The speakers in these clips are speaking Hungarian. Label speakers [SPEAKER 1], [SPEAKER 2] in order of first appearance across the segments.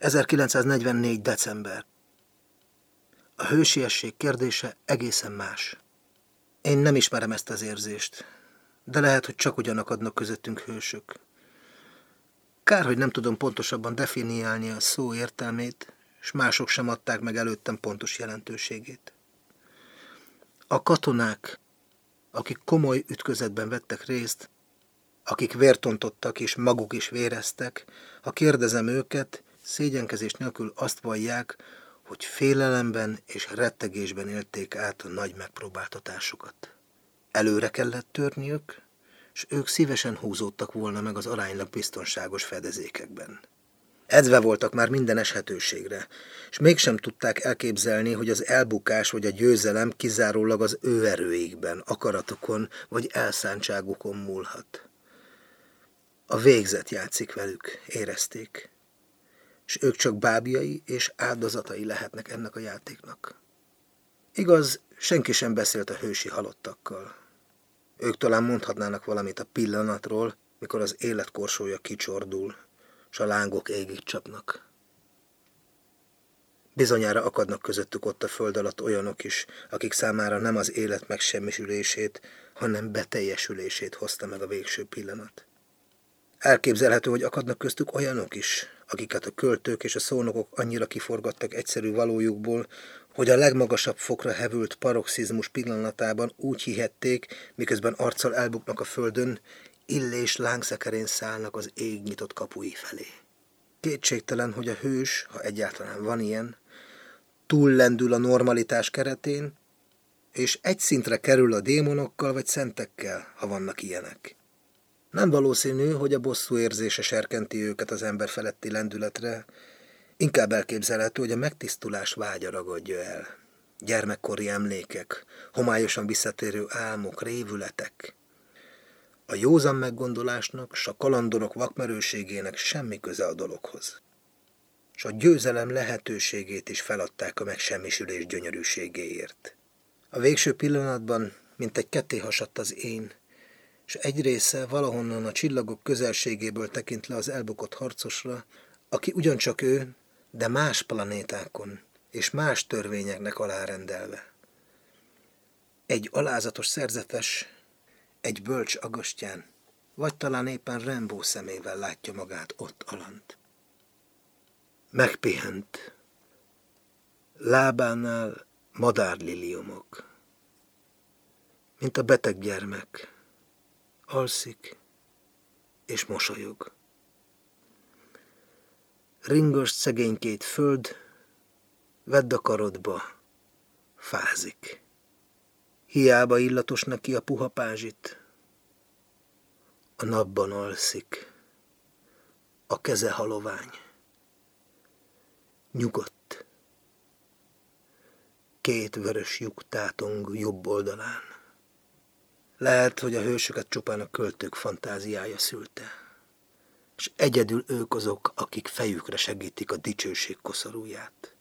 [SPEAKER 1] 1944. december. A hősiesség kérdése egészen más. Én nem ismerem ezt az érzést, de lehet, hogy csak ugyan akadnak közöttünk hősök. Kár, hogy nem tudom pontosabban definiálni a szó értelmét, és mások sem adták meg előttem pontos jelentőségét. A katonák, akik komoly ütközetben vettek részt, akik vértontottak és maguk is véreztek, ha kérdezem őket, szégyenkezés nélkül azt vallják, hogy félelemben és rettegésben élték át a nagy megpróbáltatásukat. Előre kellett törniük, és ők szívesen húzódtak volna meg az aránylag biztonságos fedezékekben. Edzve voltak már minden eshetőségre, és mégsem tudták elképzelni, hogy az elbukás vagy a győzelem kizárólag az ő erőikben, akaratukon vagy elszántságukon múlhat. A végzet játszik velük, érezték, és ők csak bábjai és áldozatai lehetnek ennek a játéknak. Igaz, senki sem beszélt a hősi halottakkal. Ők talán mondhatnának valamit a pillanatról, mikor az élet korsója kicsordul, s a lángok égig csapnak. Bizonyára akadnak közöttük ott a föld alatt olyanok is, akik számára nem az élet megsemmisülését, hanem beteljesülését hozta meg a végső pillanat. Elképzelhető, hogy akadnak köztük olyanok is, akiket a költők és a szónokok annyira kiforgattak egyszerű valójukból, hogy a legmagasabb fokra hevült paroxizmus pillanatában úgy hihették, miközben arccal elbuknak a földön, illés lángszekerén szállnak az ég nyitott kapui felé. Kétségtelen, hogy a hős, ha egyáltalán van ilyen, túllendül a normalitás keretén, és egy szintre kerül a démonokkal vagy szentekkel, ha vannak ilyenek. Nem valószínű, hogy a bosszú érzése serkenti őket az ember feletti lendületre, inkább elképzelhető, hogy a megtisztulás vágya ragadja el. Gyermekkori emlékek, homályosan visszatérő álmok, révületek. A józan meggondolásnak, s a kalandorok vakmerőségének semmi köze a dologhoz. S a győzelem lehetőségét is feladták a megsemmisülés gyönyörűségéért. A végső pillanatban mintegy ketté hasadt az én, és egy része valahonnan a csillagok közelségéből tekint le az elbukott harcosra, aki ugyancsak ő, de más planétákon és más törvényeknek alárendelve. Egy alázatos szerzetes, egy bölcs Agostyán, vagy talán éppen Rimbaud szemével látja magát ott alant. Megpihent. Lábánál madárliliomok. Mint a beteg gyermek. Alszik és mosolyog. Ringos szegénykét föld, vedd a karodba, fázik. Hiába illatos neki a puha pázsit. A napban alszik, a keze halovány. Nyugodt. Két vörös lyuk tátong jobb oldalán. Lehet, hogy a hősöket csupán a költők fantáziája szülte, és egyedül ők azok, akik fejükre segítik a dicsőség koszorúját.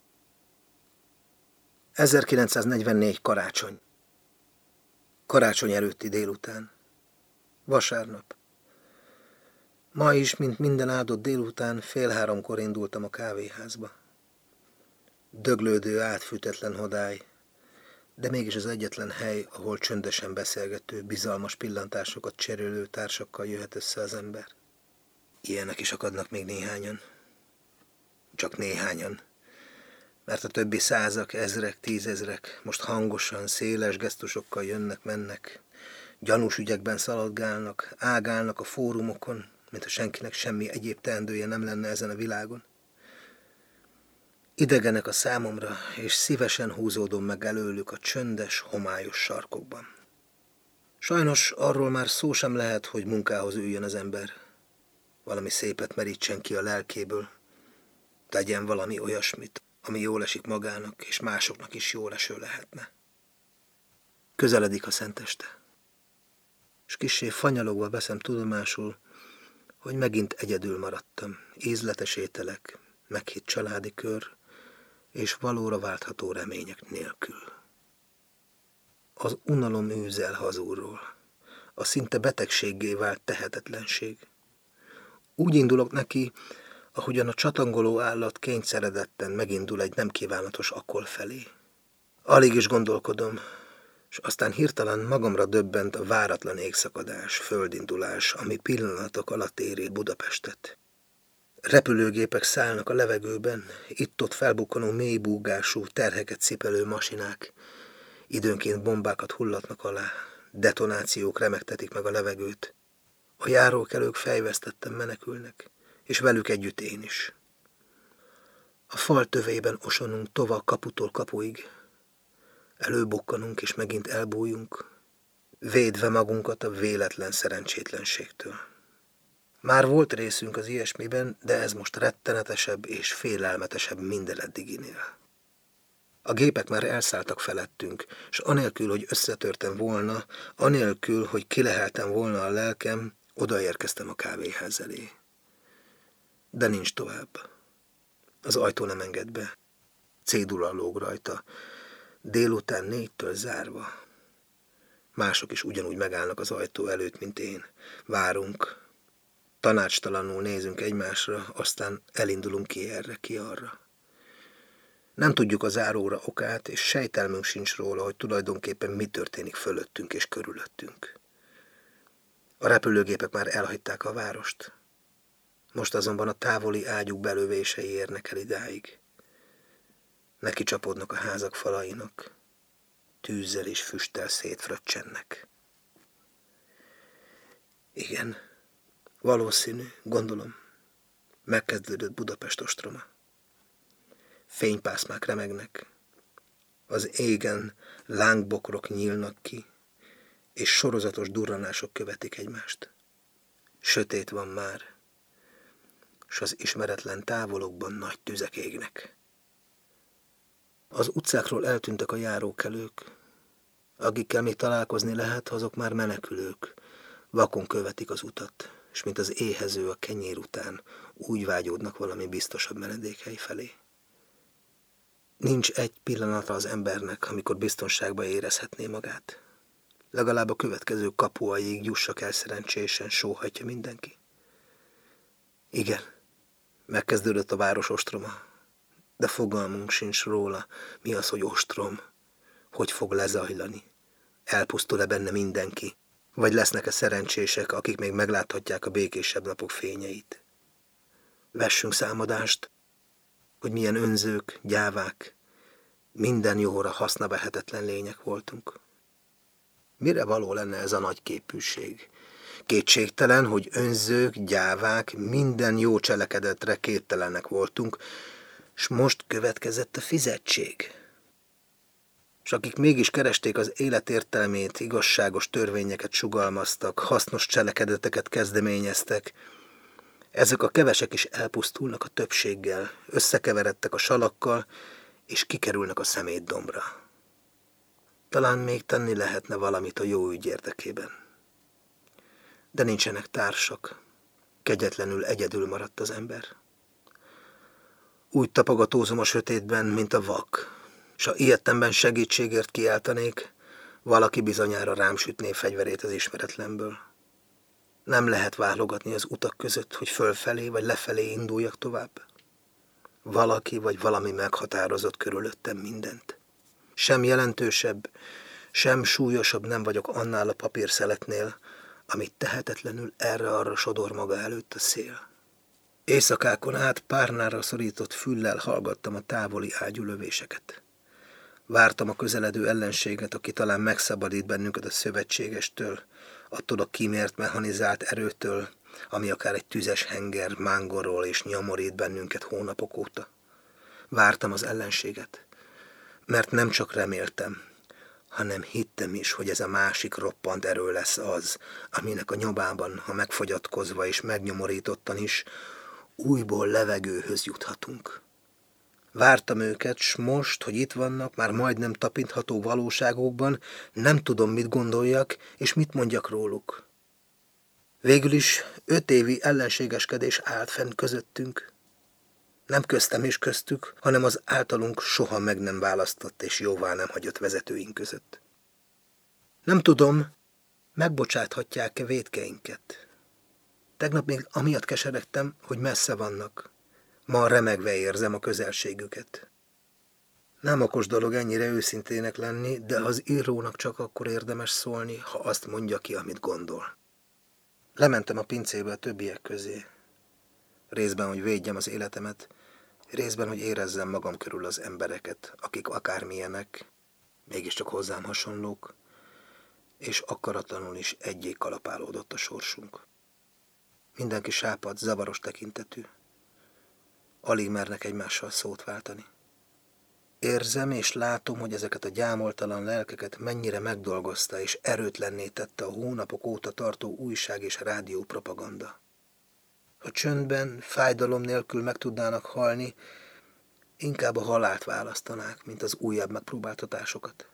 [SPEAKER 1] 1944. karácsony. Karácsony előtti délután. Vasárnap. Ma is, mint minden áldott délután, 2:30 indultam a kávéházba. Döglődő, átfűtetlen hodály, de mégis az egyetlen hely, ahol csöndesen beszélgető, bizalmas pillantásokat cserélő társakkal jöhet össze az ember. Ilyenek is akadnak még néhányan. Csak néhányan. Mert a többi százak, ezrek, tízezrek most hangosan, széles gesztusokkal jönnek-mennek, gyanús ügyekben szaladgálnak, ágálnak a fórumokon, mintha senkinek semmi egyéb teendője nem lenne ezen a világon. Idegenek a számomra, és szívesen húzódom meg előlük a csöndes, homályos sarkokban. Sajnos arról már szó sem lehet, hogy munkához üljön az ember. Valami szépet merítsen ki a lelkéből, tegyen valami olyasmit, ami jól esik magának, és másoknak is jól eső lehetne. Közeledik a szenteste, és kissé fanyalogva veszem tudomásul, hogy megint egyedül maradtam, ízletes ételek, meghitt családi kör, és valóra váltható remények nélkül. Az unalom űzel hazulról, a szinte betegséggé vált tehetetlenség. Úgy indulok neki, ahogyan a csatangoló állat kényszeredetten megindul egy nem kívánatos akkol felé. Alig is gondolkodom, és aztán hirtelen magamra döbbent a váratlan égszakadás, földindulás, ami pillanatok alatt éri Budapestet. Repülőgépek szállnak a levegőben, itt-ott felbukkanó mélybúgású, terheket cipelő masinák, időnként bombákat hullatnak alá, detonációk remegtetik meg a levegőt. A járókelők fejvesztetten menekülnek, és velük együtt én is. A fal tövében osonunk tova kaputól kapuig, előbukkanunk és megint elbújunk, védve magunkat a véletlen szerencsétlenségtől. Már volt részünk az ilyesmiben, de ez most rettenetesebb és félelmetesebb minden eddiginél. A gépek már elszálltak felettünk, és anélkül, hogy összetörtem volna, anélkül, hogy kileheltem volna a lelkem, odaérkeztem a kávéház elé. De nincs tovább. Az ajtó nem enged be. Cédula lóg rajta. Délután 4-től zárva. Mások is ugyanúgy megállnak az ajtó előtt, mint én. Várunk. Tanácstalanul nézünk egymásra, aztán elindulunk ki erre, ki arra. Nem tudjuk a záróra okát, és sejtelmünk sincs róla, hogy tulajdonképpen mi történik fölöttünk és körülöttünk. A repülőgépek már elhagyták a várost. Most azonban a távoli ágyuk belövései érnek el idáig. Neki csapódnak a házak falainak, tűzzel és füsttel szétfröccsennek. Igen, valószínű, gondolom, megkezdődött Budapest ostroma. Fénypászmák remegnek, az égen lángbokrok nyílnak ki, és sorozatos durranások követik egymást. Sötét van már, s az ismeretlen távolokban nagy tüzek égnek. Az utcákról eltűntek a járókelők, akikkel még találkozni lehet, azok már menekülők, vakon követik az utat, és mint az éhező a kenyér után úgy vágyódnak valami biztosabb menedékhely felé. Nincs egy pillanata az embernek, amikor biztonságban érezhetné magát. Legalább a következő kapuaig jussak el szerencsésen, sóhajtja mindenki. Igen, megkezdődött a város ostroma, de fogalmunk sincs róla, mi az, hogy ostrom, hogy fog lezajlani, elpusztul-e benne mindenki, vagy lesznek-e szerencsések, akik még megláthatják a békésebb napok fényeit. Vessünk számadást, hogy milyen önzők, gyávák, minden jóra hasznavehetetlen lények voltunk. Mire való lenne ez a nagy képűség? Kétségtelen, hogy önzők, gyávák, minden jó cselekedetre képtelenek voltunk, s most következett a fizetség. S akik mégis keresték az élet értelmét, igazságos törvényeket sugalmaztak, hasznos cselekedeteket kezdeményeztek, ezek a kevesek is elpusztulnak a többséggel, összekeveredtek a salakkal, és kikerülnek a szemétdombra. Talán még tenni lehetne valamit a jó ügy érdekében. De nincsenek társak, kegyetlenül egyedül maradt az ember. Úgy tapogatózom a sötétben, mint a vak, s ha ilyettemben segítségért kiáltanék, valaki bizonyára rám sütné fegyverét az ismeretlenből. Nem lehet válogatni az utak között, hogy fölfelé vagy lefelé induljak tovább. Valaki vagy valami meghatározott körülöttem mindent. Sem jelentősebb, sem súlyosabb nem vagyok annál a papírszeletnél, amit tehetetlenül erre-arra sodor maga előtt a szél. Éjszakákon át párnára szorított füllel hallgattam a távoli ágyúlövéseket. Vártam a közeledő ellenséget, aki talán megszabadít bennünket a szövetségestől, attól a kimért mechanizált erőtől, ami akár egy tüzes henger mángorol és nyomorít bennünket hónapok óta. Vártam az ellenséget, mert nem csak reméltem, hanem hittem is, hogy ez a másik roppant erő lesz az, aminek a nyomában, ha megfogyatkozva és megnyomorítottan is, újból levegőhöz juthatunk. Vártam őket, s most, hogy itt vannak, már majdnem tapintható valóságokban, nem tudom, mit gondoljak, és mit mondjak róluk. Végül is 5 évi ellenségeskedés állt fenn közöttünk. Nem köztem és köztük, hanem az általunk soha meg nem választott és jóvá nem hagyott vezetőink között. Nem tudom, megbocsáthatják-e vétkeinket. Tegnap még amiatt keseregtem, hogy messze vannak, Ma remegve érzem a közelségüket. Nem okos dolog ennyire őszintének lenni, de az írónak csak akkor érdemes szólni, ha azt mondja ki, amit gondol. Lementem a pincébe a többiek közé. Részben, hogy védjem az életemet, részben, hogy érezzem magam körül az embereket, akik akármilyenek, mégiscsak hozzám hasonlók, és akaratlanul is egyé kalapálódott a sorsunk. Mindenki sápadt, zavaros tekintetű. Alig mernek egymással szót váltani. Érzem és látom, hogy ezeket a gyámoltalan lelkeket mennyire megdolgozta és erőtlenné tette a hónapok óta tartó újság és rádió propaganda. Ha csöndben, fájdalom nélkül meg tudnának halni, inkább a halált választanák, mint az újabb megpróbáltatásokat.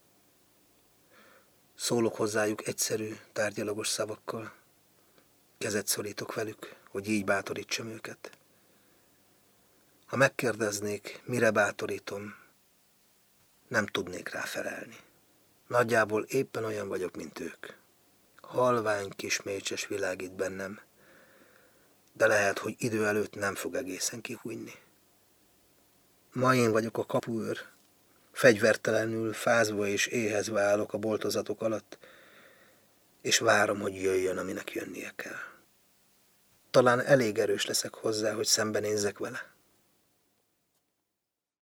[SPEAKER 1] Szólok hozzájuk egyszerű, tárgyalagos szavakkal. Kezet szorítok velük, hogy így bátorítsam őket. Ha megkérdeznék, mire bátorítom, nem tudnék rá felelni. Nagyjából éppen olyan vagyok, mint ők. Halvány kis mécses világít bennem, de lehet, hogy idő előtt nem fog egészen kihújni. Ma én vagyok a kapuőr, fegyvertelenül, fázva és éhezve állok a boltozatok alatt, és várom, hogy jöjjön, aminek jönnie kell. Talán elég erős leszek hozzá, hogy szembenézzek vele.